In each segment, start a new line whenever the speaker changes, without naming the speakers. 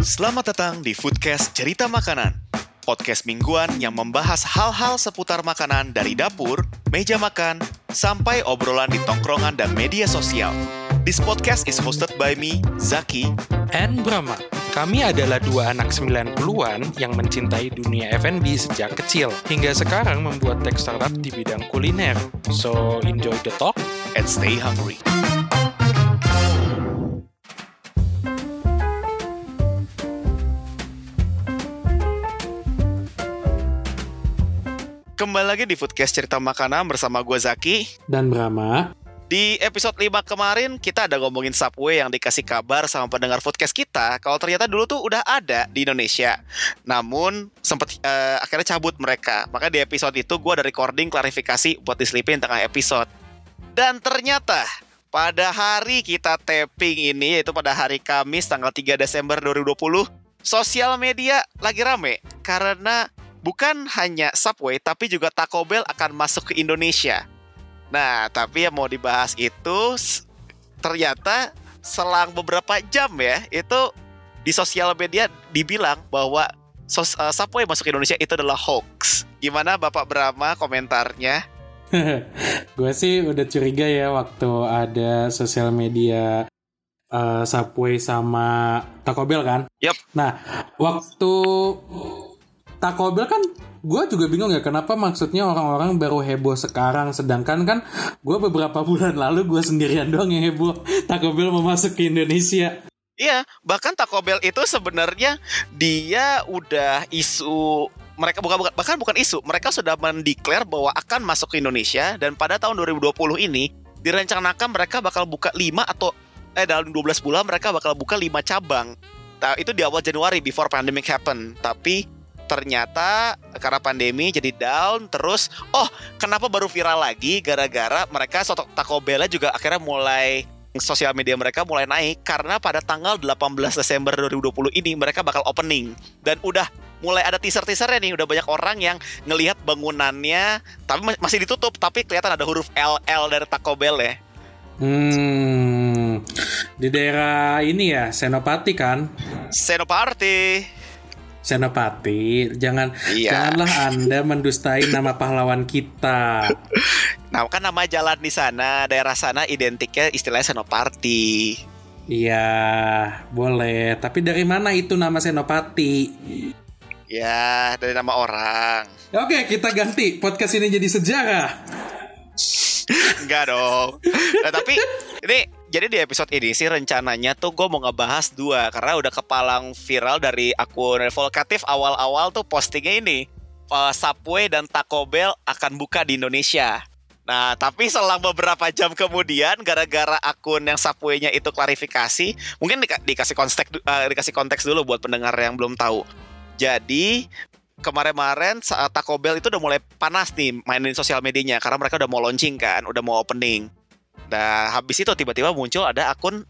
Selamat datang di Foodcast Cerita Makanan, podcast mingguan yang membahas hal-hal seputar makanan dari dapur, meja makan, sampai obrolan di tongkrongan dan media sosial. This podcast is hosted by me, Zaki,
and Brahma. Kami adalah dua anak 90-an yang mencintai dunia F&B sejak kecil, hingga sekarang membuat tech startup di bidang kuliner. So, enjoy the talk
and stay hungry. Kembali lagi di Foodcast Cerita Makanan bersama gue Zaki
dan Brahma.
Di episode 5 kemarin kita ada ngomongin Subway yang dikasih kabar sama pendengar Foodcast kita kalau ternyata dulu tuh udah ada di Indonesia. Namun sempat akhirnya cabut mereka. Maka di episode itu gue ada recording klarifikasi buat diselipin tengah episode. Dan ternyata pada hari kita taping ini, yaitu pada hari Kamis tanggal 3 Desember 2020, sosial media lagi rame karena bukan hanya Subway, tapi juga Taco Bell akan masuk ke Indonesia. Nah, tapi yang mau dibahas itu ternyata selang beberapa jam ya, itu di sosial media dibilang bahwa Subway masuk ke Indonesia itu adalah hoax. Gimana Bapak Brahma komentarnya?
Gue sih udah curiga ya waktu ada sosial media Subway sama Taco Bell kan?
Yep.
Nah, waktu Taco Bell kan gue juga bingung ya kenapa maksudnya orang-orang baru heboh sekarang, sedangkan kan gue beberapa bulan lalu gue sendirian doang yang heboh Taco Bell mau masuk ke Indonesia.
Iya, bahkan Taco Bell itu sebenarnya dia udah isu, mereka bukan isu, mereka sudah mendeklar bahwa akan masuk ke Indonesia, dan pada tahun 2020 ini direncanakan mereka bakal buka 5 atau dalam 12 bulan mereka bakal buka 5 cabang. Nah, itu di awal Januari before pandemic happen, tapi ternyata karena pandemi jadi down terus. Oh, kenapa baru viral lagi? Gara-gara mereka Taco Bell juga akhirnya mulai, sosial media mereka mulai naik karena pada tanggal 18 Desember 2020 ini mereka bakal opening. Dan udah mulai ada teaser-teasernya nih, udah banyak orang yang ngelihat bangunannya tapi masih ditutup, tapi kelihatan ada huruf LL dari Taco Bell ya.
Di daerah ini ya, Senopati kan? Senopati, janganlah Anda mendustai nama pahlawan kita.
Nah, kan nama jalan di sana, daerah sana identiknya istilahnya Senopati.
Iya, boleh. Tapi dari mana itu nama Senopati?
Ya, dari nama orang.
Oke, kita ganti. Podcast ini jadi sejarah.
Enggak dong. Nah, tapi ini jadi di episode ini sih rencananya tuh gue mau ngebahas 2, karena udah kepalang viral dari akun Revokatif awal-awal tuh postingnya ini, Subway dan Taco Bell akan buka di Indonesia. Nah, tapi selang beberapa jam kemudian, gara-gara akun yang Subway-nya itu klarifikasi, mungkin dikasih konteks dulu buat pendengar yang belum tahu. Jadi kemarin saat Taco Bell itu udah mulai panas nih mainin sosial medianya karena mereka udah mau launching kan, udah mau opening. Nah, habis itu tiba-tiba muncul ada akun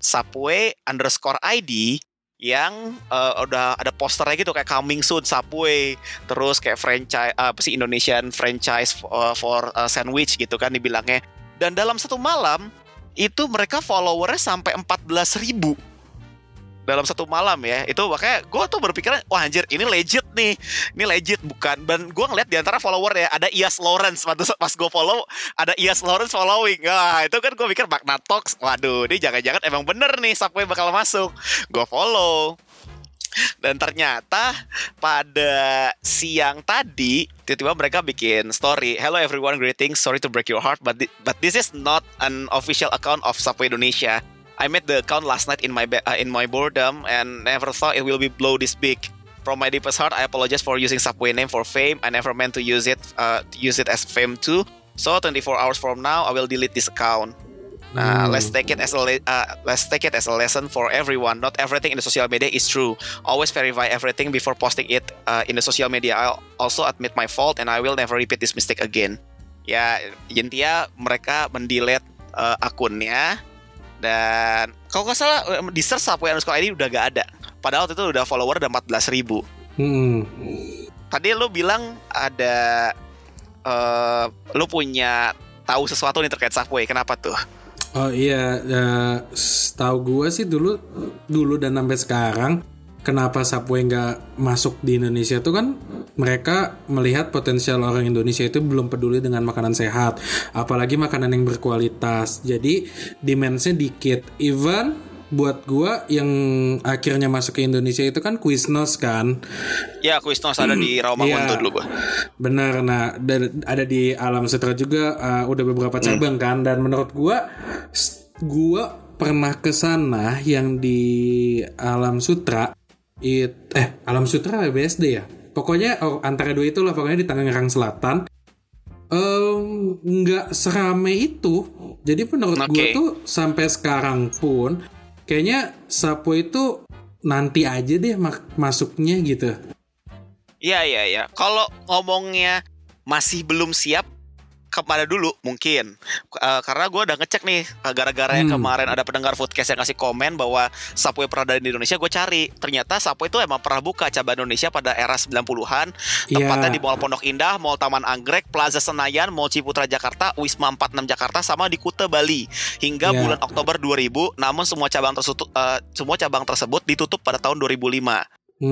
Subway_ID yang udah ada posternya gitu kayak coming soon Subway, terus kayak franchise Indonesian franchise for sandwich gitu kan dibilangnya. Dan dalam satu malam itu mereka followernya sampai 14.000 dalam satu malam ya. Itu makanya gue tuh berpikiran, wah anjir, ini legit nih, ini legit bukan. Dan gue ngeliat diantara follower ya ada Ias Lawrence, pas gue follow ada Ias Lawrence following. Nah itu kan gue pikir Magna Talks, waduh ini jangan-jangan emang bener nih Subway bakal masuk. Gue follow, dan ternyata pada siang tadi tiba-tiba mereka bikin story, "Hello everyone, greetings, sorry to break your heart, but this is not an official account of Subway Indonesia. I made the account last night in my boredom and never thought it will be blow this big. From my deepest heart, I apologize for using Subway name for fame. I never meant to use it as fame too. So 24 hours from now, I will delete this account. Let's take it as a lesson for everyone. Not everything in the social media is true. Always verify everything before posting it in the social media. I'll also admit my fault and I will never repeat this mistake again." Ya, intinya mereka mendelete akunnya. Dan kalau nggak salah di search Subway_ID udah gak ada. Padahal itu udah follower udah 14.000. Tadi lu bilang ada lu punya tahu sesuatu nih terkait Subway. Kenapa tuh?
Oh iya, setahu gue sih dulu dan sampai sekarang kenapa Subway nggak masuk di Indonesia tuh kan mereka melihat potensial orang Indonesia itu belum peduli dengan makanan sehat, apalagi makanan yang berkualitas. Jadi demand-nya dikit. Even buat gua yang akhirnya masuk ke Indonesia itu kan Quiznos kan.
Ya, Quiznos ada di Rawamangun tuh dulu gua.
Benar. Nah, ada di Alam Sutra juga, udah beberapa cabang kan. Dan menurut gua pernah ke sana yang di Alam Sutra. Alam Sutra BSD ya. Pokoknya antara dua itulah, pokoknya di Tangerang Selatan. Nggak serame itu. Jadi menurut gua tuh sampai sekarang pun kayaknya Subway itu nanti aja deh masuknya gitu.
Iya. Kalau ngomongnya masih belum siap, kepada dulu mungkin. Karena gue udah ngecek nih, gara-gara yang kemarin ada pendengar Foodcast yang kasih komen bahwa Subway pernah ada di Indonesia, gue cari. Ternyata Subway itu emang pernah buka cabang Indonesia pada era 90-an. Tempatnya di Mall Pondok Indah, Mall Taman Anggrek, Plaza Senayan, Mall Ciputra Jakarta, Wisma 46 Jakarta, sama di Kuta Bali. Hingga bulan Oktober 2000, namun semua cabang tersebut ditutup pada tahun 2005.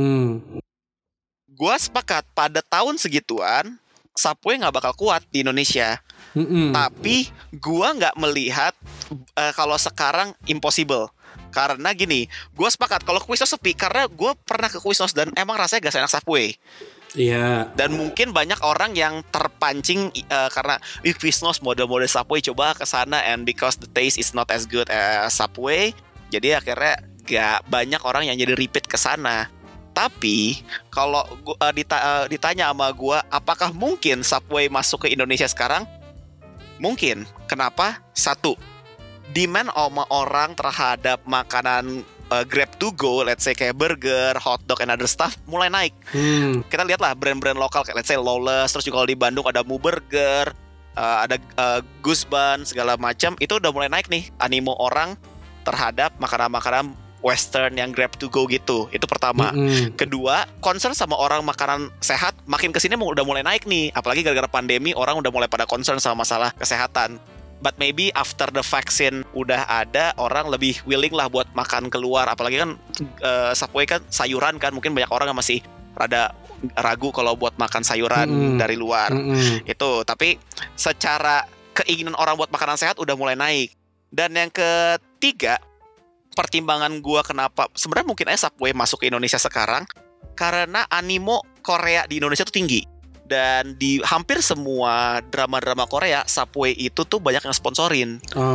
Gue sepakat, pada tahun segituan Subway nggak bakal kuat di Indonesia. Tapi gue nggak melihat kalau sekarang impossible. Karena gini, gue sepakat kalau Quiznos sepi, karena gue pernah ke Quiznos dan emang rasanya gak seenak Subway.
Iya.
Dan mungkin banyak orang yang terpancing karena Quiznos model-model Subway, coba ke sana, and because the taste is not as good as Subway, jadi akhirnya gak banyak orang yang jadi repeat ke sana. Tapi kalau ditanya sama gue, apakah mungkin Subway masuk ke Indonesia sekarang? Mungkin. Kenapa? Satu, demand sama orang terhadap makanan grab to go, let's say kayak burger, hotdog, and other stuff mulai naik. Kita lihatlah brand-brand lokal kayak let's say Lawless, terus juga kalau di Bandung ada Mu Burger, ada Goose Bun, segala macam. Itu udah mulai naik nih animo orang terhadap makanan-makanan Western yang grab to go gitu. Itu pertama. Kedua, concern sama orang makanan sehat makin kesini udah mulai naik nih. Apalagi gara-gara pandemi, orang udah mulai pada concern sama masalah kesehatan. But maybe after the vaccine udah ada, orang lebih willing lah buat makan keluar. Apalagi kan Subway kan sayuran kan, mungkin banyak orang yang masih rada ragu kalau buat makan sayuran dari luar. Itu. Tapi secara keinginan orang buat makanan sehat udah mulai naik. Dan yang ketiga, pertimbangan gue kenapa sebenarnya mungkin aja Subway masuk ke Indonesia sekarang, karena animo Korea di Indonesia tuh tinggi. Dan di hampir semua drama-drama Korea, Subway itu tuh banyak yang sponsorin.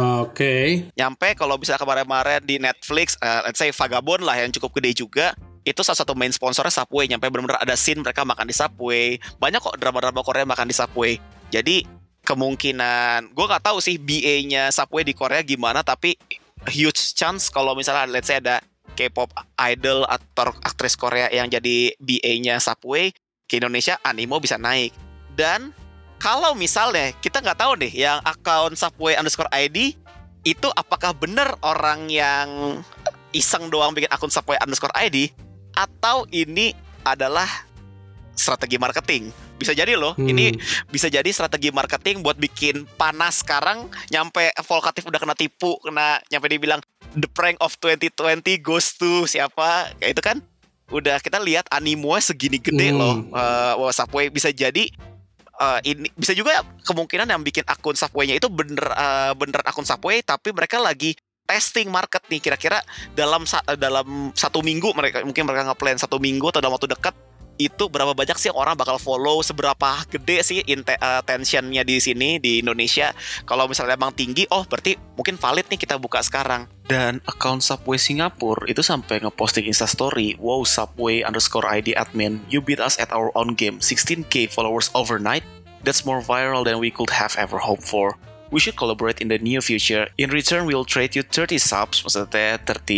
Nyampe kalau bisa kemarin-kemarin di Netflix, let's say Vagabond lah yang cukup gede juga, itu salah satu main sponsornya Subway. Nyampe benar-benar ada scene mereka makan di Subway. Banyak kok drama-drama Korea makan di Subway. Jadi kemungkinan, gue gak tahu sih BA-nya Subway di Korea gimana, tapi huge chance kalau misalnya let's say ada K-pop idol atau aktris Korea yang jadi BA-nya Subway ke Indonesia, animo bisa naik. Dan kalau misalnya kita nggak tahu nih yang akun Subway_ID itu apakah bener orang yang iseng doang bikin akun Subway_ID atau ini adalah strategi marketing. Bisa jadi loh, ini bisa jadi strategi marketing buat bikin panas sekarang. Nyampe Volkatif udah kena tipu, nyampe dibilang the prank of 2020 goes to siapa, kayak itu kan. Udah kita lihat animonya segini gede loh. Subway bisa jadi ini bisa juga kemungkinan yang bikin akun Subway-nya itu bener akun Subway, tapi mereka lagi testing market nih. Kira-kira dalam 1 minggu mereka nge-plan 1 minggu atau dalam waktu dekat itu berapa banyak sih orang bakal follow, seberapa gede sih attention-nya di sini di Indonesia. Kalau misalnya emang tinggi, oh berarti mungkin valid nih kita buka sekarang. Dan account Subway Singapura itu sampai ngeposting instastory, wow Subway_ID admin, you beat us at our own game, 16k followers overnight, that's more viral than we could have ever hoped for. We should collaborate in the near future. In return, we'll trade you 30 subs, maksudnya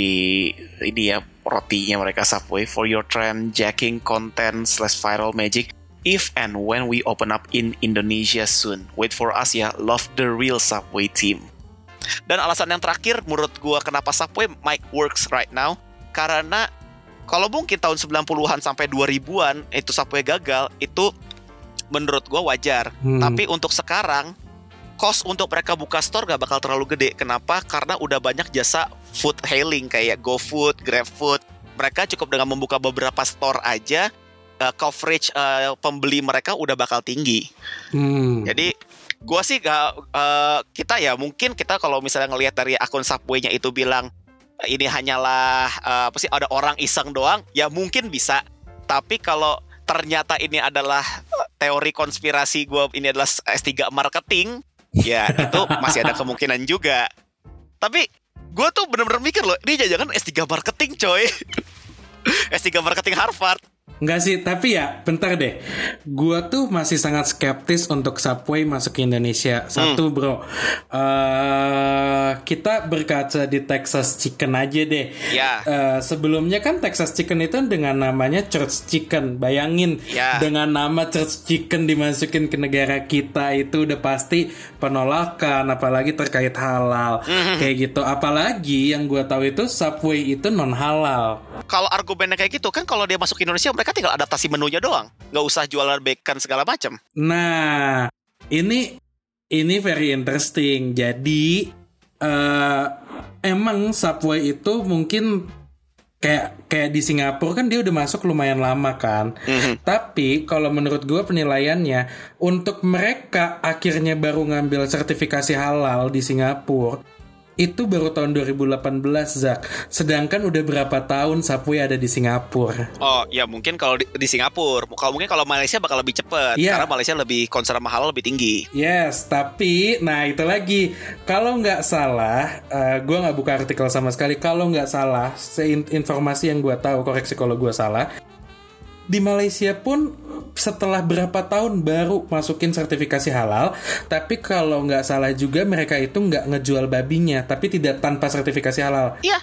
30 ini ya, rotinya mereka Subway, for your trend jacking content /viral magic if and when we open up in Indonesia soon. Wait for us ya, love the real Subway team. Dan alasan yang terakhir menurut gue kenapa Subway might works right now, karena kalau mungkin tahun 90-an sampai 2000-an itu Subway gagal, itu menurut gue wajar. Tapi untuk sekarang, cost untuk mereka buka store gak bakal terlalu gede. Kenapa? Karena udah banyak jasa food hailing kayak GoFood, GrabFood, mereka cukup dengan membuka beberapa store aja, coverage pembeli mereka udah bakal tinggi. Jadi gue sih kita ya mungkin kita kalau misalnya ngelihat dari akun Subway-nya itu bilang ini hanyalah ada orang iseng doang, ya mungkin bisa. Tapi kalau ternyata ini adalah teori konspirasi gue, ini adalah S3 marketing, ya itu masih ada kemungkinan juga. Tapi gue tuh bener-bener mikir loh, ini jangan S3 marketing coy. S3 marketing Harvard.
Enggak sih, tapi ya bentar deh. Gua tuh masih sangat skeptis untuk Subway masuk ke Indonesia. Satu bro, kita berkaca di Texas Chicken aja deh. Sebelumnya kan Texas Chicken itu dengan namanya Church Chicken. Bayangin, dengan nama Church Chicken dimasukin ke negara kita, itu udah pasti penolakan, apalagi terkait halal. Kayak gitu. Apalagi yang gua tahu itu Subway itu non halal.
Kalau argumennya kayak gitu kan, kalau dia masuk ke Indonesia mereka tinggal adaptasi menunya doang, nggak usah jualan bacon segala macam.
Nah, ini very interesting. Jadi emang Subway itu mungkin kayak di Singapura kan dia udah masuk lumayan lama kan. Tapi kalau menurut gue penilaiannya, untuk mereka akhirnya baru ngambil sertifikasi halal di Singapura itu baru tahun 2018, Zak. Sedangkan udah berapa tahun Subway ada di Singapura.
Oh ya, mungkin kalau di Singapura. Mungkin kalau Malaysia bakal lebih cepat, karena Malaysia lebih concern sama halal lebih tinggi.
Yes, tapi nah itu lagi, kalau nggak salah, gue nggak buka artikel sama sekali. Kalau nggak salah, informasi yang gue tahu, koreksi kalau gue salah, di Malaysia pun setelah berapa tahun baru masukin sertifikasi halal. Tapi kalau nggak salah juga mereka itu nggak ngejual babinya, tapi tidak tanpa sertifikasi halal.
Iya,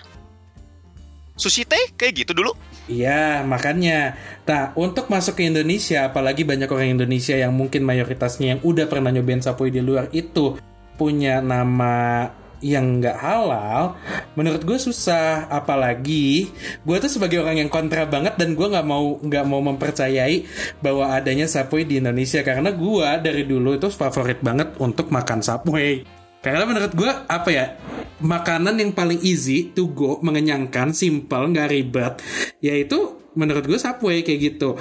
Sushi Tei kayak gitu dulu.
Iya, makanya. Nah, untuk masuk ke Indonesia, apalagi banyak orang Indonesia yang mungkin mayoritasnya yang udah pernah nyobain Subway di luar itu punya nama yang nggak halal, menurut gue susah. Apalagi gue tuh sebagai orang yang kontra banget, dan gue nggak mau mempercayai bahwa adanya Subway di Indonesia, karena gue dari dulu itu favorit banget untuk makan Subway. Karena menurut gue makanan yang paling easy to go, mengenyangkan, simple, nggak ribet, yaitu menurut gue Subway kayak gitu.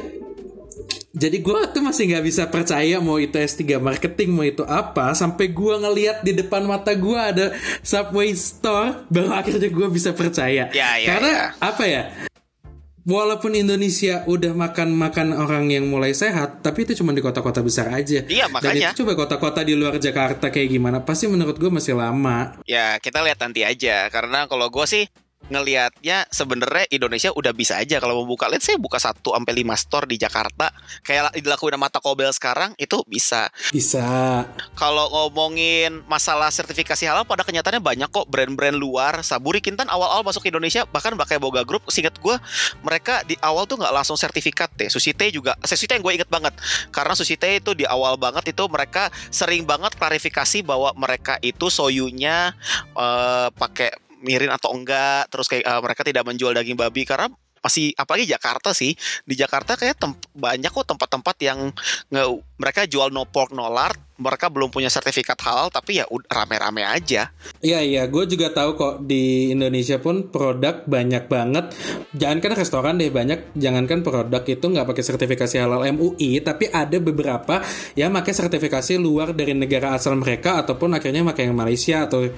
Jadi gue tuh masih gak bisa percaya mau itu S3 marketing, mau itu apa, sampai gue ngeliat di depan mata gue ada Subway store, baru akhirnya gue bisa percaya. Karena walaupun Indonesia udah makan orang yang mulai sehat, tapi itu cuma di kota-kota besar aja.
Iya, makanya.
Dan itu coba kota-kota di luar Jakarta kayak gimana, pasti menurut gue masih lama.
Ya kita lihat nanti aja, karena kalau gue sih ngelihatnya sebenarnya Indonesia udah bisa aja kalau mau buka, let's say buka 1-5 store di Jakarta kayak dilakuin sama Taco Bell sekarang, itu bisa. Kalau ngomongin masalah sertifikasi halal, pada kenyataannya banyak kok brand-brand luar. Saburi Kintan awal-awal masuk ke Indonesia, bahkan pakai Boga Group, seingat gue mereka di awal tuh nggak langsung sertifikat deh. Sushi Tei juga, Sushi Tei yang gue inget banget, karena Sushi Tei itu di awal banget itu mereka sering banget klarifikasi bahwa mereka itu soyunya pakai mirin atau enggak, terus kayak mereka tidak menjual daging babi, karena masih, apalagi Jakarta sih, di Jakarta kayak banyak kok tempat-tempat yang mereka jual no pork no lard, mereka belum punya sertifikat halal, tapi ya rame-rame aja.
Iya, gue juga tahu kok di Indonesia pun produk banyak banget. Jangankan restoran deh, jangankan produk itu nggak pakai sertifikasi halal MUI, tapi ada beberapa yang pakai sertifikasi luar dari negara asal mereka, ataupun akhirnya pakai yang Malaysia atau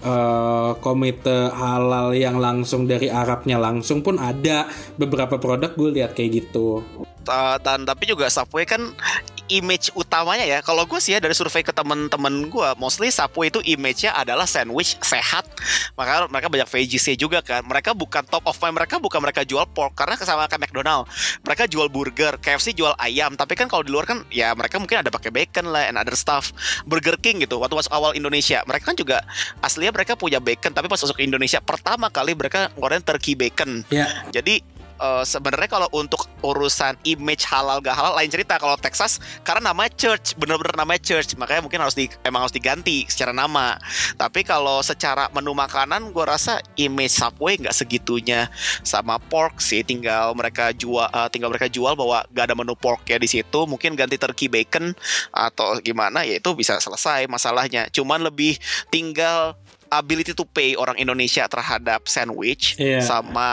komite halal yang langsung dari Arabnya langsung pun ada. Beberapa produk gue lihat kayak gitu.
Dan tapi juga Subway kan image utamanya ya, kalau gue sih ya dari survei ke temen-temen gue, mostly Subway itu image-nya adalah sandwich sehat. Maka mereka banyak veggies juga kan. Mereka bukan top of mind, mereka jual pork, karena sama kayak McDonald, mereka jual burger, KFC jual ayam. Tapi kan kalau di luar kan ya mereka mungkin ada pakai bacon lah and other stuff. Burger King gitu, waktu masuk awal Indonesia mereka kan juga aslinya mereka punya bacon, tapi pas masuk ke Indonesia pertama kali mereka ngeluarin turkey bacon. Jadi sebenarnya kalau untuk urusan image halal gak halal lain cerita. Kalau Texas karena namanya Church, bener-bener namanya Church, makanya mungkin emang harus diganti secara nama. Tapi kalau secara menu makanan, gue rasa image Subway nggak segitunya sama pork sih. Tinggal mereka jual bahwa gak ada menu porknya di situ. Mungkin ganti turkey bacon atau gimana, ya itu bisa selesai masalahnya. Cuman lebih tinggal ability to pay orang Indonesia terhadap sandwich sama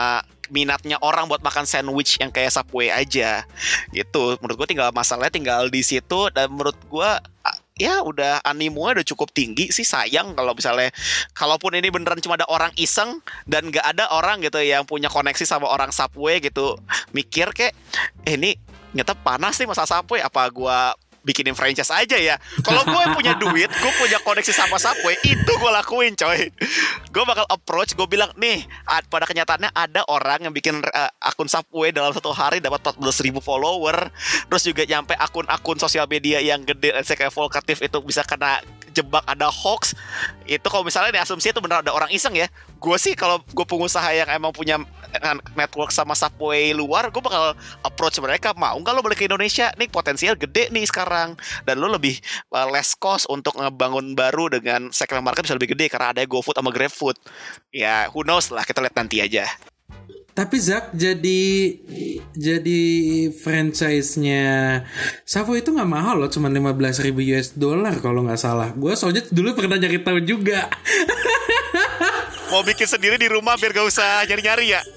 minatnya orang buat makan sandwich yang kayak Subway aja gitu. Menurut gue masalahnya tinggal di situ. Dan menurut gue ya udah animonya udah cukup tinggi sih. Sayang kalau misalnya kalaupun ini beneran cuma ada orang iseng dan gak ada orang gitu yang punya koneksi sama orang Subway gitu, mikir kayak ini ternyata panas nih masa Subway, apa gue bikinin franchise aja ya. Kalau gue punya duit, gue punya koneksi sama Subway, itu gue lakuin coy. Gue bakal approach, gue bilang nih, pada kenyataannya ada orang yang bikin akun Subway dalam satu hari dapat 14.000 follower. Terus juga nyampe akun-akun sosial media yang gede, kayak Volkatif itu bisa kena jebak ada hoax. Itu kalau misalnya nih asumsi itu benar ada orang iseng ya, gue sih kalau gue pengusaha yang emang punya network sama Subway luar, gue bakal approach mereka, mau nggak lo balik ke Indonesia nih, potensial gede nih sekarang, dan lo lebih less cost untuk ngebangun baru dengan segmen market bisa lebih gede karena ada GoFood sama GrabFood. Ya who knows lah, kita lihat nanti aja.
Tapi Zak, jadi franchise-nya Subway itu nggak mahal loh, cuma $15,000 kalau nggak salah. Gue soalnya dulu pernah nyari tahu juga.
Mau bikin sendiri di rumah biar gak usah nyari-nyari ya.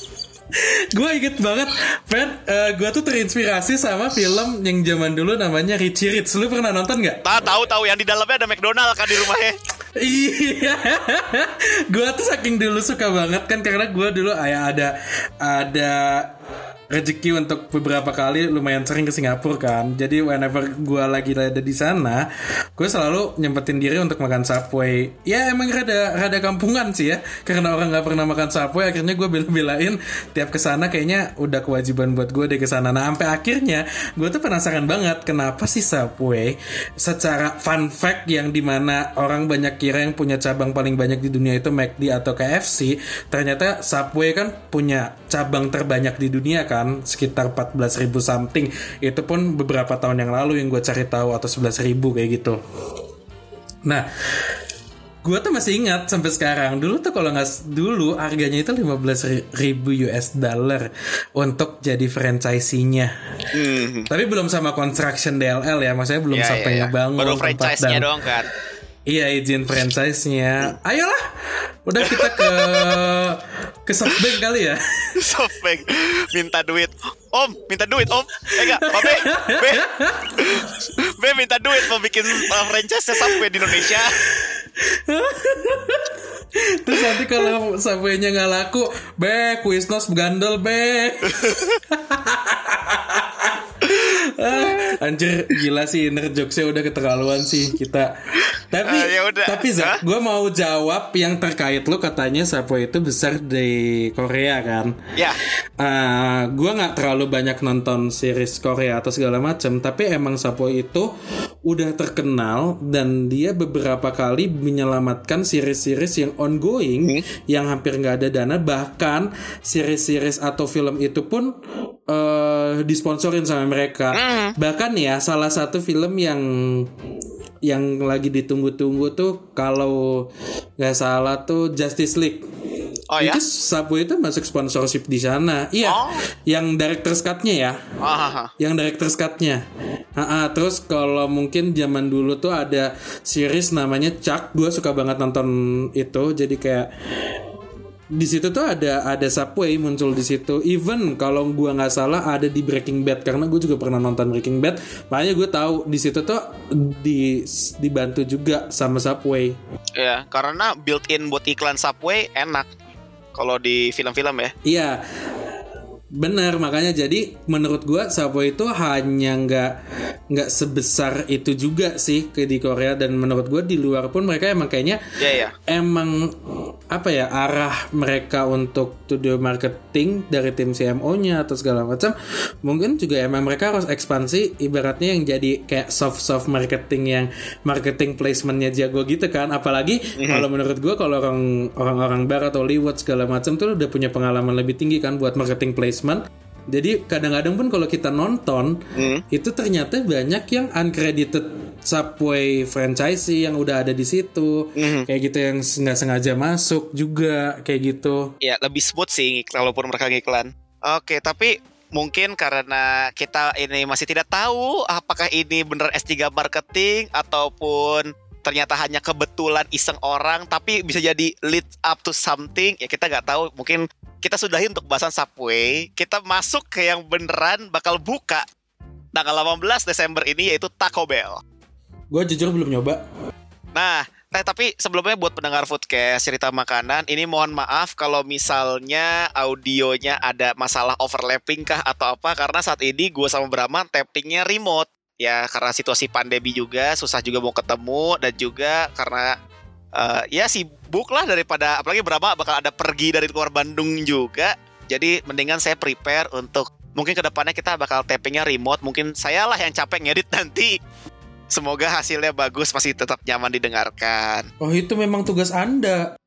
Gue inget banget, gue tuh terinspirasi sama film yang zaman dulu namanya Richie Rich. Lu pernah nonton nggak?
Tahu yang di dalamnya ada McDonald kan di rumahnya.
Iya, gue tuh saking dulu suka banget kan, karena gue dulu ada rezeki untuk beberapa kali lumayan sering ke Singapura kan. Jadi whenever gue lagi ada di sana, gue selalu nyempetin diri untuk makan Subway. Ya emang rada kampungan sih ya, karena orang nggak pernah makan Subway. Akhirnya gue bela-belain tiap kesana, kayaknya udah kewajiban buat gue deh kesana. Nah sampai akhirnya gue tuh penasaran banget kenapa sih Subway, secara fun fact yang dimana orang banyak kira yang punya cabang paling banyak di dunia itu McD atau KFC, ternyata Subway kan punya cabang terbanyak di dunia kan, sekitar 14.000 something. Itu pun beberapa tahun yang lalu yang gue cari tahu, atau 11.000 kayak gitu. Nah, gue tuh masih ingat sampai sekarang. Dulu tuh kalau nggak, dulu harganya itu $15,000 untuk jadi franchisee-nya. Tapi belum sama construction DLL ya, maksudnya belum sampai ngebangun.
Baru franchise-nya doang kan.
Iya, izin franchise-nya. Ayolah, udah kita ke SoftBank kali ya.
SoftBank minta duit. Om, minta duit om. Enggak, Be minta duit mau bikin franchise Subway di Indonesia.
Terus nanti kalau Subway-nya nggak laku, Be, Quiznos gandol, Be. Anjir, gila sih, inner jokesnya udah keterlaluan sih kita. Tapi Zak, gue mau jawab yang terkait lo katanya Subway itu besar di Korea kan.
Ya.
Gue nggak terlalu banyak nonton series Korea atau segala macam, tapi emang Subway itu udah terkenal dan dia beberapa kali menyelamatkan series-series yang ongoing, yang hampir nggak ada dana. Bahkan series-series atau film itu pun disponsorin sama mereka. Bahkan ya, salah satu film yang lagi ditunggu-tunggu tuh, kalau nggak salah tuh Justice League.
Oh ya?
Itu Subway itu masuk sponsorship di sana. Iya. Yang director's cut-nya ya. Yang director's cut-nya. Terus kalau mungkin zaman dulu tuh ada series namanya Chuck. Gue suka banget nonton itu. Jadi kayak di situ tuh ada Subway muncul di situ. Even kalau gue nggak salah ada di Breaking Bad, karena gue juga pernah nonton Breaking Bad. Makanya gue tahu di situ tuh dibantu juga sama Subway. Ya,
karena built-in buat iklan Subway enak kalau di film-film ya.
Iya. Bener, makanya jadi menurut gue Subway itu hanya nggak sebesar itu juga sih di Korea, dan menurut gue di luar pun mereka emang kayaknya emang apa ya, arah mereka untuk studio marketing dari tim CMO-nya atau segala macam, mungkin juga emang mereka harus ekspansi, ibaratnya yang jadi kayak soft marketing, yang marketing placement-nya jago gitu kan. Apalagi kalau menurut gue, kalau orang barat atau Hollywood segala macam tuh udah punya pengalaman lebih tinggi kan buat marketing placement. Jadi kadang-kadang pun kalau kita nonton itu ternyata banyak yang uncredited Subway franchisee yang udah ada di situ, kayak gitu, yang nggak sengaja masuk juga kayak gitu.
Ya lebih smooth sih walaupun mereka ngiklan. Oke, tapi mungkin karena kita ini masih tidak tahu apakah ini benar S3 marketing ataupun ternyata hanya kebetulan iseng orang, tapi bisa jadi lead up to something. Ya kita nggak tahu. Mungkin kita sudahi untuk bahasan Subway. Kita masuk ke yang beneran bakal buka tanggal 18 Desember ini, yaitu Taco Bell.
Gue jujur belum nyoba.
Nah, tapi sebelumnya buat pendengar Foodcast cerita makanan, ini mohon maaf kalau misalnya audionya ada masalah overlapping kah atau apa, karena saat ini gue sama Brahma tappingnya remote. Ya karena situasi pandemi juga, susah juga mau ketemu, dan juga karena ya sibuk lah, daripada apalagi Brahma bakal ada pergi dari luar Bandung juga. Jadi mendingan saya prepare untuk mungkin kedepannya kita bakal tappingnya remote. Mungkin saya lah yang capek ngedit nanti. Semoga hasilnya bagus, masih tetap nyaman didengarkan.
Oh, itu memang tugas Anda.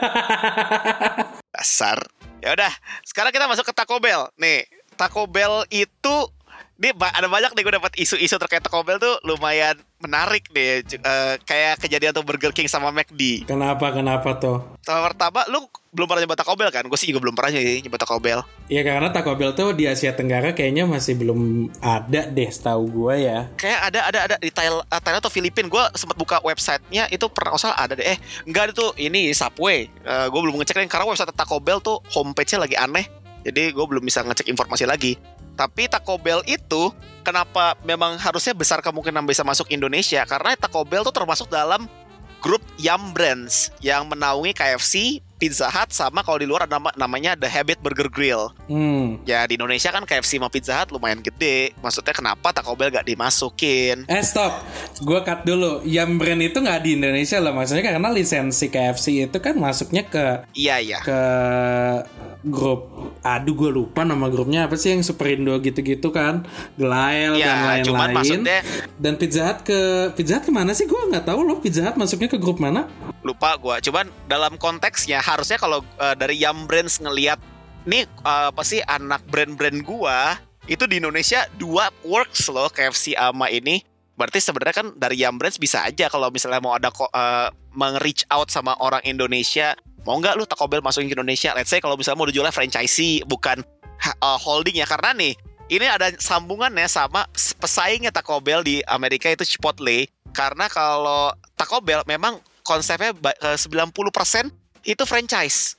Dasar. Ya udah, sekarang kita masuk ke Taco Bell. Nih, Taco Bell itu ada banyak nih gue dapat isu-isu terkait Taco Bell tuh lumayan menarik deh. Kayak kejadian tuh Burger King sama McD.
Kenapa tuh?
Pertama, lu belum pernah nyoba Taco Bell kan? Gue sih juga belum pernah nyoba Taco Bell.
Ya karena Taco Bell tuh di Asia Tenggara kayaknya masih belum ada deh, setahu gue ya.
Kayak ada di Thailand atau Filipina. Gue sempat buka websitenya, itu pernah usah ada deh. Enggak, itu ini Subway. Gue belum ngecek karena website Taco Bell tuh homepage-nya lagi aneh. Jadi gue belum bisa ngecek informasi lagi. Tapi Taco Bell itu kenapa memang harusnya besar kemungkinan bisa masuk Indonesia, karena Taco Bell tuh termasuk dalam grup Yum Brands yang menaungi KFC, Pizza Hut, sama kalau di luar ada namanya The Habit Burger Grill. Ya di Indonesia kan KFC sama Pizza Hut lumayan gede. Maksudnya kenapa Taco Bell gak dimasukin?
Stop, gue cut dulu. Yum Brand itu gak di Indonesia lah. Maksudnya karena lisensi KFC itu kan masuknya ke ke grup, aduh gue lupa nama grupnya apa sih, yang Superindo gitu-gitu kan, Glael dan lain-lain. Maksudnya, dan Pizza Hut kemana sih? Gue nggak tahu loh Pizza Hut masuknya ke grup mana.
Lupa gue. Cuman dalam konteksnya harusnya kalau dari Yum Brands ngelihat nih apa sih anak brand-brand gue itu di Indonesia dua works loh, KFC sama ini. Berarti sebenarnya kan dari Yum Brands bisa aja kalau misalnya mau ada meng-reach out sama orang Indonesia, mau nggak lu Taco Bell masukin ke Indonesia? Let's say kalau misalnya mau dijualnya franchisee bukan holding ya, karena nih ini ada sambungannya sama pesaingnya Taco Bell di Amerika, itu Chipotle. Karena kalau Taco Bell memang konsepnya 90% itu franchise.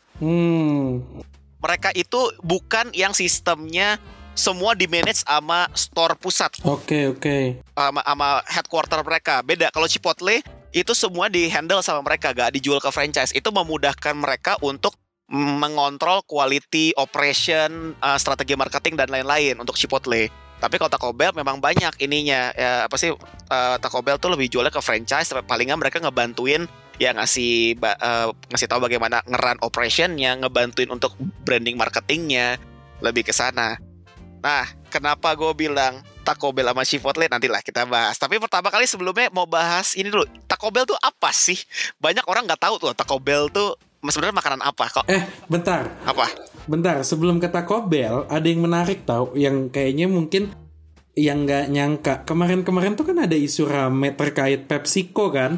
Mereka itu bukan yang sistemnya semua di-manage sama store pusat.
Oke.
Sama headquarter mereka. Beda, kalau Chipotle itu semua di-handle sama mereka, gak dijual ke franchise. Itu memudahkan mereka untuk mengontrol quality, operation, strategi marketing, dan lain-lain untuk Chipotle. Tapi kalau Taco Bell memang banyak ininya. Taco Bell tuh lebih jualnya ke franchise. Palingan mereka ngebantuin ya ngasih tahu bagaimana ngeran operationnya, ngebantuin untuk branding marketingnya, lebih ke sana. Nah, kenapa gue bilang Taco Bell sama Chipotle nantilah kita bahas. Tapi pertama kali sebelumnya mau bahas ini dulu. Taco Bell tuh apa sih? Banyak orang nggak tahu tuh Taco Bell tuh sebenarnya makanan apa kok.
Bentar.
Apa?
Bentar, sebelum ke Taco Bell ada yang menarik tau, yang kayaknya mungkin yang nggak nyangka. Kemarin tuh kan ada isu rame terkait PepsiCo kan?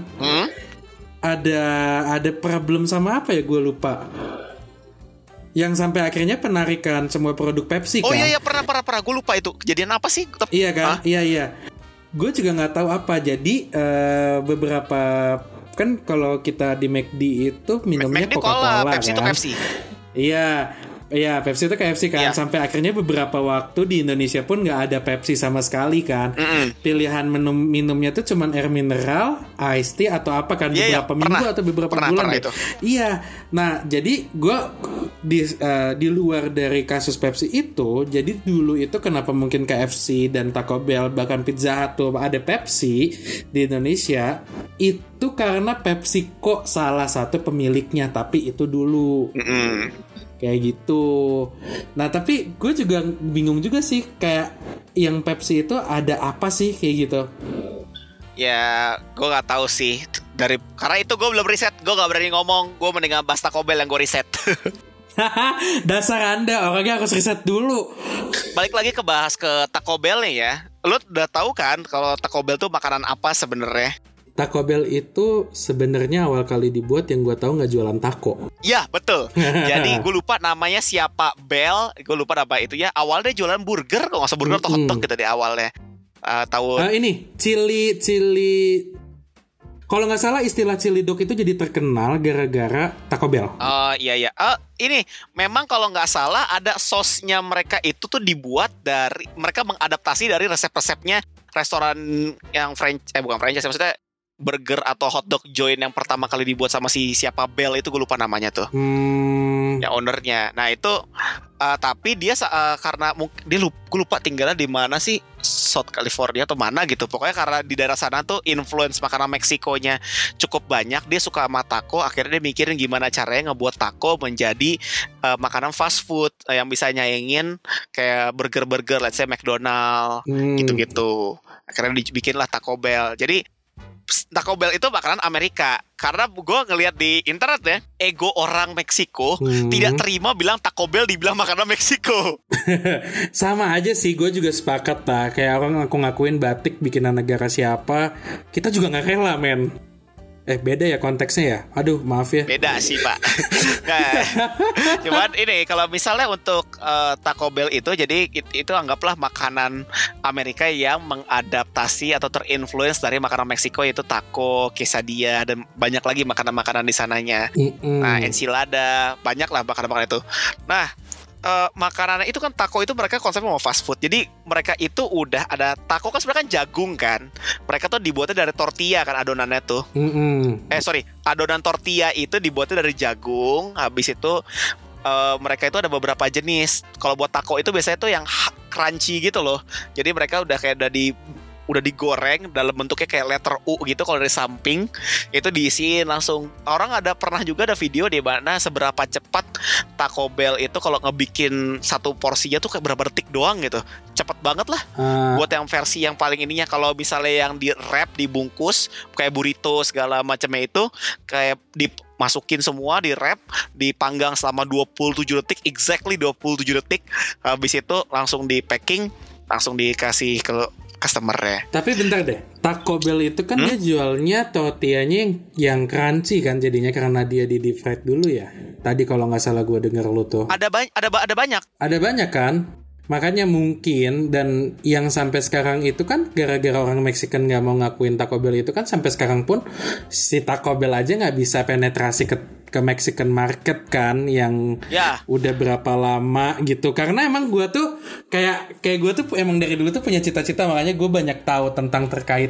Ada problem sama apa ya, gue lupa. Yang sampai akhirnya penarikan semua produk Pepsi kan.
Oh iya pernah gue lupa itu kejadian apa sih?
Iya kan? Iya. Gue juga nggak tahu apa. Jadi beberapa kan kalau kita di McD itu minumnya Coca-Cola kan.
Pepsi itu Pepsi.
Iya, Pepsi itu KFC kan. Sampai akhirnya beberapa waktu di Indonesia pun nggak ada Pepsi sama sekali kan. Pilihan minumnya tuh cuman air mineral, iced tea atau apa kan, beberapa minggu atau beberapa bulan
itu.
Iya. Nah, jadi gue di luar dari kasus Pepsi itu, jadi dulu itu kenapa mungkin KFC dan Taco Bell bahkan Pizza Hut tuh ada Pepsi di Indonesia, itu karena PepsiCo salah satu pemiliknya, tapi itu dulu. Kayak gitu. Nah tapi gue juga bingung juga sih, kayak yang Pepsi itu ada apa sih kayak gitu.
Ya gue gak tahu sih, karena itu gue belum riset. Gue gak berani ngomong. Gue mendingan bahas Taco Bell yang gue riset.
Dasar Anda orangnya harus riset dulu.
Balik lagi ke bahas ke Taco Bell nih ya. Lo udah tahu kan kalau Taco Bell tuh makanan apa sebenarnya?
Taco Bell itu sebenarnya awal kali dibuat yang gue tahu nggak jualan taco.
Ya betul. Jadi gue lupa namanya siapa, Bell. Gue lupa apa itu ya. Awalnya jualan burger, kok nggak usah burger atau hotdog gitu di awalnya. Ini chili
Kalau nggak salah istilah chili dog itu jadi terkenal gara-gara Taco Bell.
Iya. Ini memang kalau nggak salah ada sosnya mereka itu tuh dibuat dari, mereka mengadaptasi dari resep-resepnya restoran yang bukan franchise, maksudnya burger atau hotdog joint yang pertama kali dibuat sama siapa Bell itu, gue lupa namanya tuh. Ya ownernya. Nah itu tapi dia karena gue lupa tinggalnya di mana sih, South California atau mana gitu. Pokoknya karena di daerah sana tuh influence makanan Meksikonya cukup banyak, dia suka sama taco. Akhirnya dia mikirin gimana caranya ngebuat taco menjadi makanan fast food yang bisa nyaingin kayak burger-burger, let's say McDonald gitu-gitu. Akhirnya dibikinlah Taco Bell. Jadi Taco Bell itu makanan Amerika. Karena gue ngelihat di internet ya, ego orang Meksiko tidak terima bilang Taco Bell dibilang makanan Meksiko.
Sama aja sih, gue juga sepakat lah. Kayak orang ngakuin batik bikinan negara siapa, kita juga gak rela men. Beda ya konteksnya ya. Aduh maaf ya.
Beda sih pak. Nah, cuman ini kalau misalnya untuk Taco Bell itu, jadi itu anggaplah makanan Amerika yang mengadaptasi atau terinfluence dari makanan Meksiko, yaitu taco, quesadilla, dan banyak lagi makanan-makanan di sananya. Nah enchilada, banyak lah makanan-makanan itu. Nah makanannya itu kan taco itu mereka konsepnya mau fast food. Jadi mereka itu udah ada taco kan sebenarnya kan jagung kan. Mereka tuh dibuatnya dari tortilla kan adonannya tuh. Adonan tortilla itu dibuatnya dari jagung. Habis itu mereka itu ada beberapa jenis. Kalau buat taco itu biasanya tuh yang crunchy gitu loh. Jadi mereka udah kayak udah digoreng dalam bentuknya kayak letter U gitu. Kalau dari samping itu diisiin langsung. Orang pernah juga ada video di mana seberapa cepat Taco Bell itu kalau ngebikin satu porsinya tuh kayak berapa detik doang gitu. Cepet banget lah. Buat yang versi yang paling ininya. Kalau misalnya yang di wrap, dibungkus kayak burrito segala macamnya itu kayak dimasukin semua, di wrap, dipanggang selama 27 detik, exactly 27 detik. Habis itu langsung di packing, langsung dikasih ke customer ya.
Tapi bentar deh, Taco Bell itu kan dia jualnya tortillanya yang crunchy kan jadinya, karena dia di deep fried dulu ya. Tadi kalau nggak salah gue denger lu tuh.
Ada banyak.
Ada banyak kan? Makanya mungkin, dan yang sampai sekarang itu kan gara-gara orang Mexican nggak mau ngakuin Taco Bell itu kan, sampai sekarang pun si Taco Bell aja nggak bisa penetrasi ke Mexican market kan, yang udah berapa lama gitu. Karena emang gue tuh kayak gue tuh emang dari dulu tuh punya cita-cita, makanya gue banyak tahu tentang terkait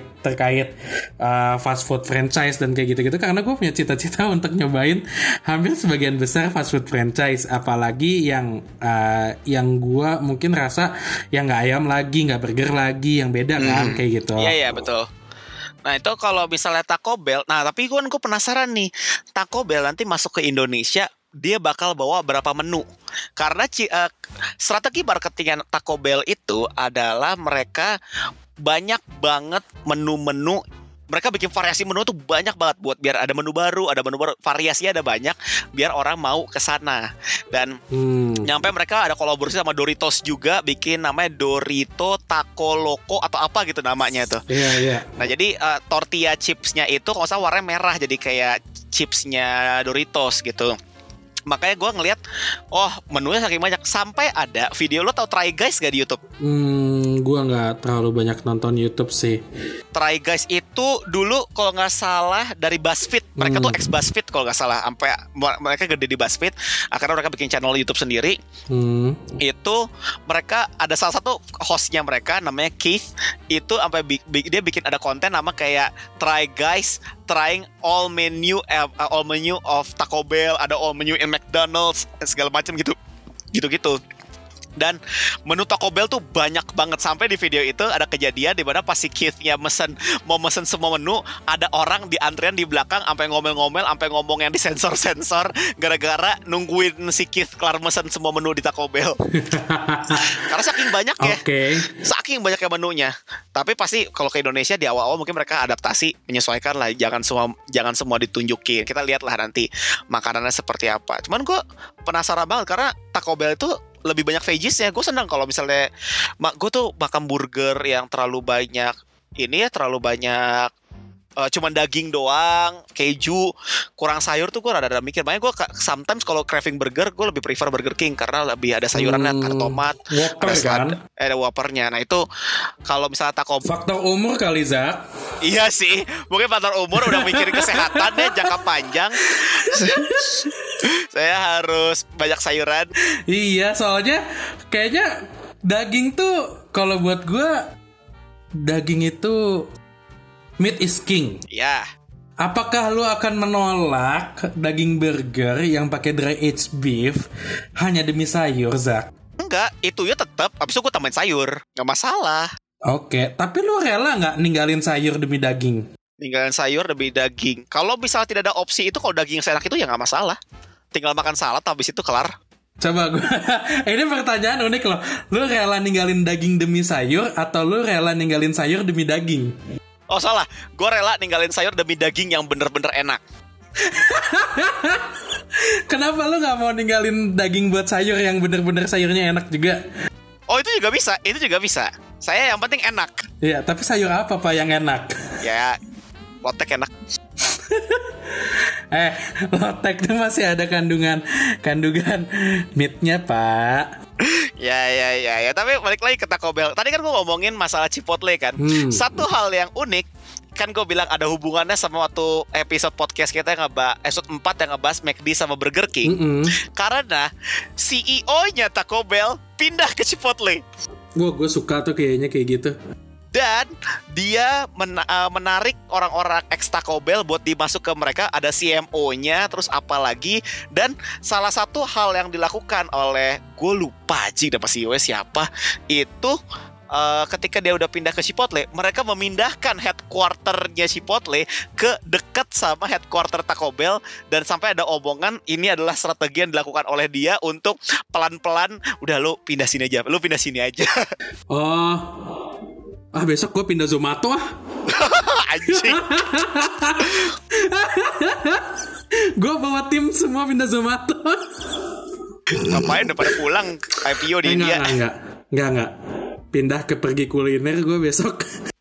fast food franchise dan kayak gitu-gitu, karena gue punya cita-cita untuk nyobain hampir sebagian besar fast food franchise, apalagi yang gue mungkin rasa yang nggak ayam lagi, nggak burger lagi, yang beda kan kayak gitu.
Iya betul. Nah itu kalau misalnya Taco Bell, nah tapi gue penasaran nih, Taco Bell nanti masuk ke Indonesia, dia bakal bawa berapa menu? Karena strategi marketingnya Taco Bell itu adalah mereka banyak banget menu-menu. Mereka bikin variasi menu tuh banyak banget, buat biar ada menu baru, variasinya ada banyak, biar orang mau ke sana. Dan nyampe mereka ada kolaborasi sama Doritos juga, bikin namanya Dorito Taco Loco atau apa gitu namanya tuh.
Iya.
Nah jadi tortilla chipsnya itu kalau nggak salah warnanya merah, jadi kayak chipsnya Doritos gitu. Makanya gue ngeliat, menunya saking banyak. Sampai ada video, lo tau Try Guys gak di YouTube?
Gue gak terlalu banyak nonton YouTube sih.
Try Guys itu dulu kalau gak salah dari BuzzFeed. Mereka tuh ex-BuzzFeed kalau gak salah. Sampai mereka gede di BuzzFeed. Akhirnya mereka bikin channel YouTube sendiri. Itu mereka ada salah satu hostnya mereka namanya Keith. Itu sampai dia bikin ada konten nama kayak Try Guys trying all menu of Taco Bell, ada all menu in McDonald's, segala macam gitu. Dan menu Taco Bell tuh banyak banget. Sampai di video itu ada kejadian di mana pas si Keith-nya mau mesen semua menu, ada orang di antrian di belakang sampai ngomel-ngomel, sampai ngomong yang disensor-sensor gara-gara nungguin si Keith kelar mesen semua menu di Taco Bell. Karena saking banyak ya. Saking banyaknya menunya. Tapi pasti kalau ke Indonesia di awal-awal mungkin mereka adaptasi, menyesuaikan lah, jangan semua ditunjukin. Kita lihatlah nanti makanannya seperti apa. Cuman gue penasaran banget karena Taco Bell itu lebih banyak veggiesnya. Gue senang kalau misalnya gue tuh makan burger yang terlalu banyak terlalu banyak cuman daging doang, keju, kurang sayur tuh gue rada-rada mikir. Makanya gue sometimes kalau craving burger, gue lebih prefer Burger King karena lebih ada sayurannya, ada tomat,
Whopper
ada Whoppernya. Nah itu kalau misalnya Taco Bell,
faktor umur kali, Zak.
iya sih, mungkin faktor umur udah mikirin kesehatan ya jangka panjang. Saya harus banyak sayuran.
Iya, soalnya kayaknya daging tuh kalau buat gue, daging itu meat is king.
Ya.
Apakah lu akan menolak daging burger yang pakai dry aged beef hanya demi sayur, Zak?
Enggak, itu ya tetap. Abis itu gue tambahin sayur, nggak masalah.
Oke, tapi lu rela nggak ninggalin sayur demi daging?
Ninggalin sayur demi daging. Kalau misalnya tidak ada opsi itu, kalau daging seenak itu ya nggak masalah. Tinggal makan salad, habis itu kelar.
Coba gue, ini pertanyaan unik loh. Lu rela ninggalin daging demi sayur atau lu rela ninggalin sayur demi daging?
Oh salah, gue rela ninggalin sayur demi daging yang bener-bener enak.
Kenapa lu nggak mau ninggalin daging buat sayur yang bener-bener sayurnya enak juga?
Oh itu juga bisa, itu juga bisa. Saya yang penting enak.
Iya, tapi sayur apa Pak yang enak?
Ya, lotek enak.
Lotek tuh masih ada kandungan meatnya Pak.
Ya. Tapi balik lagi ke Taco Bell. Tadi kan gue ngomongin masalah Chipotle kan. Satu hal yang unik, kan gue bilang ada hubungannya sama waktu episode podcast kita yang episode 4 yang ngebahas McD sama Burger King. Karena CEO-nya Taco Bell pindah ke Chipotle.
Gue suka tuh kayaknya kayak gitu.
Dan dia menarik orang-orang ex Taco Bell buat dimasuk ke mereka. Ada CMO-nya, terus apa lagi. Dan salah satu hal yang dilakukan oleh, gue lupa nama CEO-nya siapa, itu ketika dia udah pindah ke Chipotle, mereka memindahkan headquarter-nya Chipotle ke dekat sama headquarter Taco Bell. Dan sampai ada omongan ini adalah strategi yang dilakukan oleh dia untuk pelan-pelan, udah lu pindah sini aja.
Besok gue pindah Zomato
Anjing.
Gue bawa tim semua pindah Zomato.
Ngapain udah pada pulang IPO di India?
Enggak. Pindah ke pergi kuliner gue besok.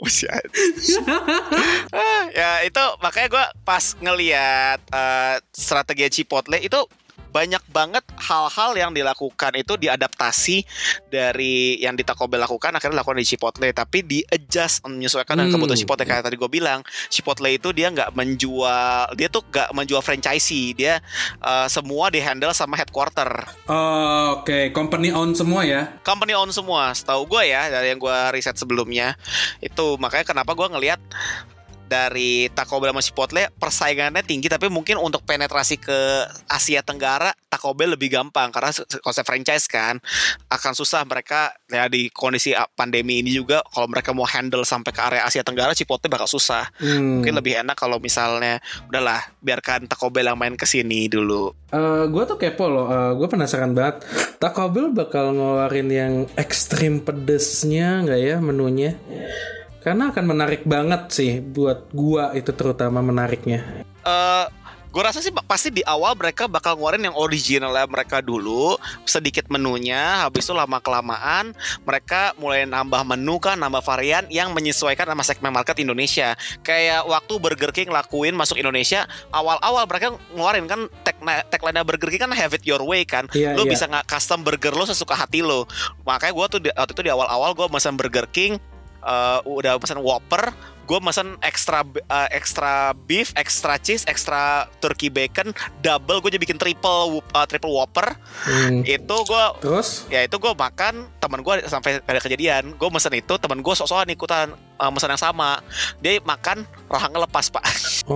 Ya itu makanya gue pas ngelihat strategi Chipotle itu banyak banget hal-hal yang dilakukan itu diadaptasi dari yang di Taco Bell lakukan, akhirnya dilakukan di Chipotle, tapi di-adjust, menyesuaikan dengan kebutuhan Chipotle. Kayak tadi gue bilang, Chipotle itu dia nggak menjual franchisee, dia semua di-handle sama headquarter.
Oke. Company own semua ya?
Company own semua, setahu gue ya, dari yang gue riset sebelumnya. Itu makanya kenapa gue ngelihat dari Taco Bell sama Chipotle persaingannya tinggi, tapi mungkin untuk penetrasi ke Asia Tenggara Taco Bell lebih gampang karena konsep franchise kan akan susah mereka ya di kondisi pandemi ini juga. Kalau mereka mau handle sampai ke area Asia Tenggara, Chipotle bakal susah. Mungkin lebih enak kalau misalnya udahlah biarkan Taco Bell yang main kesini dulu.
Gue tuh kepo loh, gue penasaran banget Taco Bell bakal ngeluarin yang ekstrim pedesnya nggak ya menunya? Karena akan menarik banget sih buat gua, itu terutama menariknya.
Gue rasa sih pasti di awal mereka bakal ngeluarin yang originalnya mereka dulu, sedikit menunya. Habis itu lama-kelamaan mereka mulai nambah menu kan, nambah varian yang menyesuaikan sama segmen market Indonesia. Kayak waktu Burger King lakuin masuk Indonesia, awal-awal mereka ngeluarin kan tagline Burger King kan have it your way kan. Lo bisa nggak custom burger lo sesuka hati lo. Makanya gue tuh waktu itu di awal-awal gue pesan Burger King, udah pesan Whopper, gue pesan extra beef, extra cheese, extra turkey bacon, double. Gue jadi bikin triple Whopper. Itu gue terus ya itu gue makan, teman gue sampai ada kejadian gue pesan itu, teman gue sok-sokan ikutan pesan yang sama, dia makan rahangnya lepas pak.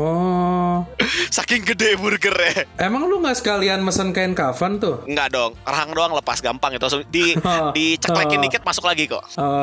Saking gede burgernya. Emang lu nggak sekalian mesen kain kafan tuh? Nggak dong, rahang doang lepas, gampang itu, langsung diceklekin dikit masuk lagi kok.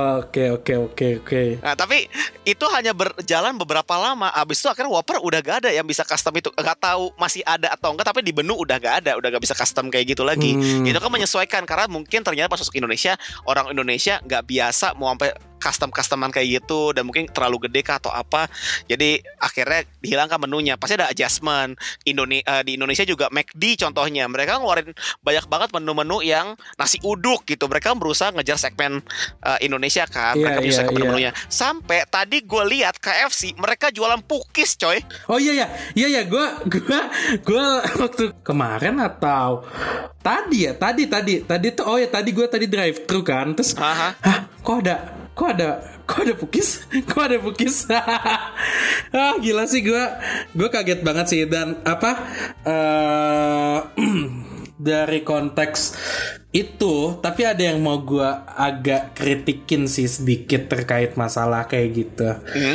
Oke. Nah tapi itu hanya berjalan beberapa lama. Abis itu akhirnya Whopper udah gak ada yang bisa custom itu. Gak tahu masih ada atau enggak, tapi di menu udah gak ada, udah gak bisa custom kayak gitu lagi. Itu kan menyesuaikan karena mungkin ternyata pas masuk Indonesia, orang Indonesia gak biasa mau sampai custom-customan kayak gitu, dan mungkin terlalu gede kah atau apa. Jadi akhirnya dihilangkan menunya. Pasti ada adjustment. Di Indonesia juga McD contohnya, mereka ngeluarin banyak banget menu-menu yang nasi uduk gitu. Mereka berusaha ngejar segmen Indonesia kan. Mereka punya segmen menunya. Sampai tadi gue lihat KFC mereka jualan pukis, coy.
Oh iya, gue waktu kemarin atau tadi tuh, oh ya tadi gue drive thru kan, terus kok ada pukis gila sih, gue kaget banget sih. Dan dari konteks itu, tapi ada yang mau gue agak kritikin sih sedikit terkait masalah kayak gitu.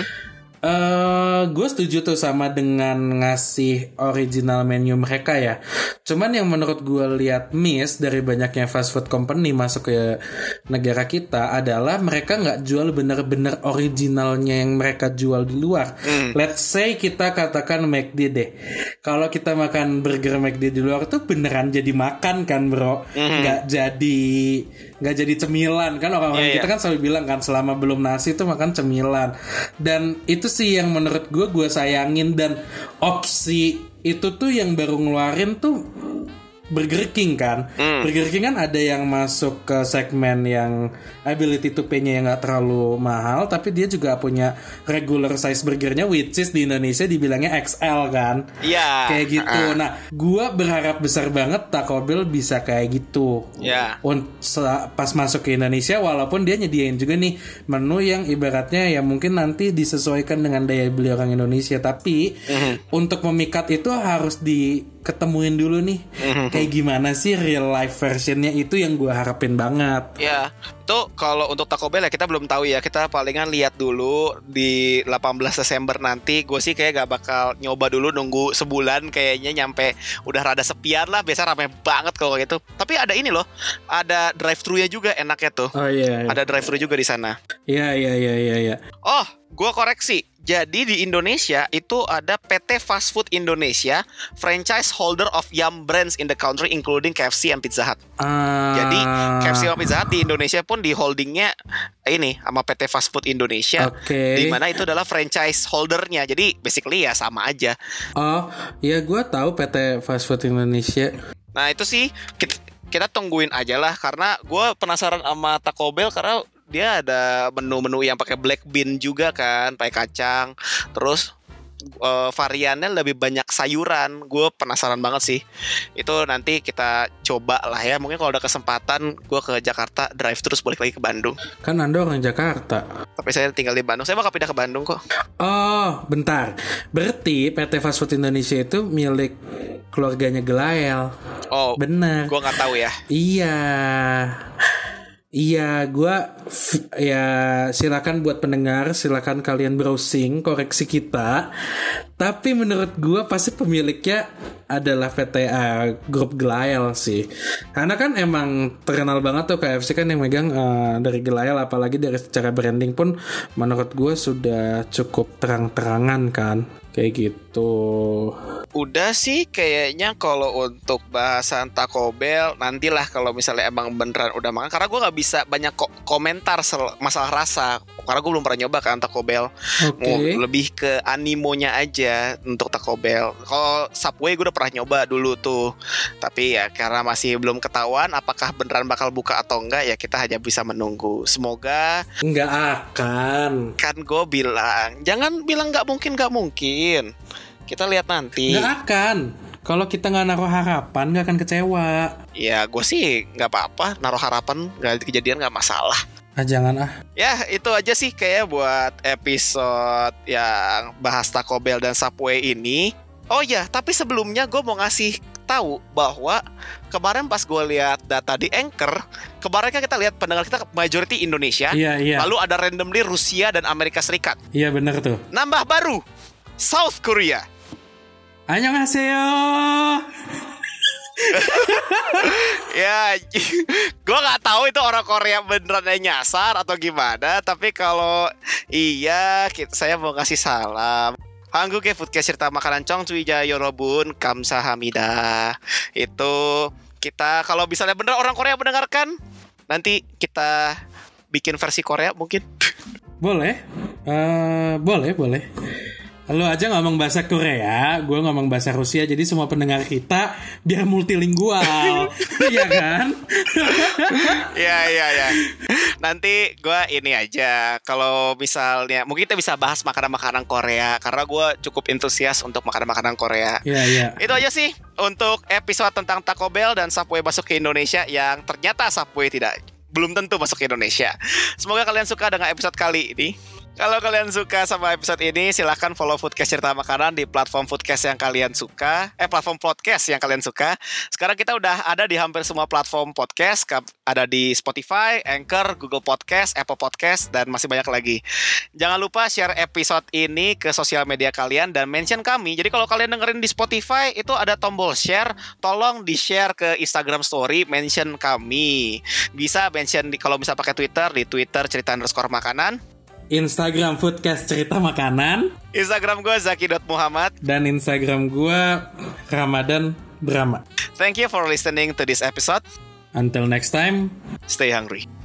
Gue setuju tuh sama dengan ngasih original menu mereka ya. Cuman yang menurut gue lihat miss dari banyaknya fast food company masuk ke negara kita adalah mereka nggak jual bener-bener originalnya yang mereka jual di luar. Let's say kita katakan McD deh. Kalau kita makan burger McD di luar tuh beneran jadi makan kan bro, nggak jadi cemilan kan. Orang-orang kita kan selalu bilang kan selama belum nasi tuh makan cemilan. Dan itu sih yang menurut gue sayangin. Dan opsi itu tuh yang baru ngeluarin tuh Burger King kan. Burger King kan ada yang masuk ke segmen yang ability to pay-nya yang gak terlalu mahal, tapi dia juga punya regular size burgernya, which is di Indonesia dibilangnya XL kan.
Iya.
Kayak gitu. Nah, gue berharap besar banget Taco Bell bisa kayak gitu.
Iya.
Pas masuk ke Indonesia, walaupun dia nyediain juga nih menu yang ibaratnya ya mungkin nanti disesuaikan dengan daya beli orang Indonesia, tapi untuk memikat itu harus diketemuin dulu nih. Kayak gimana sih real life versionnya, itu yang gue harapin banget.
Ya, itu kalau untuk Taco Bell ya kita belum tahu ya. Kita palingan lihat dulu di 18 Desember nanti. Gue sih kayak gak bakal nyoba dulu, nunggu sebulan kayaknya nyampe udah rada sepian lah. Biasa ramai banget kalau gitu. Tapi ada ini loh, ada drive-thru-nya juga enaknya tuh.
Oh iya.
Ada drive-thru juga di sana.
Iya.
Oh, gue koreksi. Jadi di Indonesia itu ada PT Fast Food Indonesia, franchise holder of Yum brands in the country including KFC and Pizza Hut. Jadi KFC sama Pizza Hut di Indonesia pun di holdingnya ini sama PT Fast Food Indonesia. Di mana itu adalah franchise holdernya. Jadi basically ya sama aja.
Oh, ya gue tahu PT Fast Food Indonesia.
Nah itu sih kita tungguin aja lah, karena gue penasaran sama Taco Bell karena dia ada menu-menu yang pakai black bean juga kan, pakai kacang. Terus variannya lebih banyak sayuran. Gue penasaran banget sih. Itu nanti kita coba lah ya. Mungkin kalau ada kesempatan gue ke Jakarta drive terus balik lagi ke Bandung.
Kan Anda orang Jakarta.
Tapi saya tinggal di Bandung. Saya bakal pindah ke Bandung kok.
Oh, bentar. Berarti PT Fast Food Indonesia itu milik keluarganya Gelael.
Oh,
benar.
Gue nggak tahu ya.
Iya, ya silakan buat pendengar, silakan kalian browsing, koreksi kita. Tapi menurut gue pasti pemiliknya adalah PTA Grup Gelael sih. Karena kan emang terkenal banget tuh KFC kan yang megang dari Gelael, apalagi dari secara branding pun menurut gue sudah cukup terang-terangan kan. Kayak gitu.
Udah sih kayaknya kalau untuk bahasan Taco Bell nantilah kalau misalnya emang beneran udah makan. Karena gue gak bisa banyak komentar masalah rasa, karena gue belum pernah nyoba kan Taco Bell. Lebih ke animonya aja untuk Taco Bell. Kalau Subway gue udah pernah nyoba dulu tuh, tapi ya karena masih belum ketahuan apakah beneran bakal buka atau enggak, ya kita hanya bisa menunggu. Semoga
nggak akan.
Kan gue bilang jangan bilang nggak mungkin. Kita lihat nanti.
Nggak akan. Kalau kita nggak naruh harapan, nggak akan kecewa.
Ya gue sih nggak apa-apa naruh harapan, nggak kejadian nggak masalah.
Jangan.
Ya itu aja sih kayak buat episode yang bahas Taco Bell dan Subway ini. Oh ya, tapi sebelumnya gue mau ngasih tahu bahwa kemarin pas gue lihat data di Anchor, kemarin kan kita lihat pendengar kita majority Indonesia.
Iya.
Lalu ada randomly Rusia dan Amerika Serikat.
Iya benar tuh.
Nambah baru South Korea.
Annyeonghaseyo.
Ya, gue nggak tahu itu orang Korea beneran nyasar atau gimana. Tapi kalau iya, saya mau ngasih salam. Hanguke Foodcast cerita makanan Chongchuija Yorobun Kamsahamnida. Itu kita kalau misalnya bener orang Korea mendengarkan, nanti kita bikin versi Korea mungkin.
Boleh. Boleh. Lo aja ngomong bahasa Korea, gue ngomong bahasa Rusia, jadi semua pendengar kita biar multilingual. Iya kan?
Iya. Nanti gue ini aja, kalau misalnya mungkin kita bisa bahas makanan-makanan Korea, karena gue cukup antusias untuk makanan-makanan Korea.
Iya.
Itu aja sih untuk episode tentang Taco Bell dan Subway masuk ke Indonesia, yang ternyata Subway belum tentu masuk ke Indonesia. Semoga kalian suka dengan episode kali ini. Kalau kalian suka sama episode ini, silahkan follow Foodcast Cerita Makanan di platform podcast yang kalian suka. Platform podcast yang kalian suka. Sekarang kita udah ada di hampir semua platform podcast. Ada di Spotify, Anchor, Google Podcast, Apple Podcast, dan masih banyak lagi. Jangan lupa share episode ini ke sosial media kalian dan mention kami. Jadi kalau kalian dengerin di Spotify, itu ada tombol share. Tolong di-share ke Instagram Story, mention kami. Bisa mention kalau bisa pakai Twitter, di Twitter cerita_makanan.
Instagram Foodcast Cerita Makanan.
Instagram gue Zaki.Muhammad.
Dan Instagram gue Ramadan Brahma.
Thank you for listening to this episode.
Until next time,
stay hungry.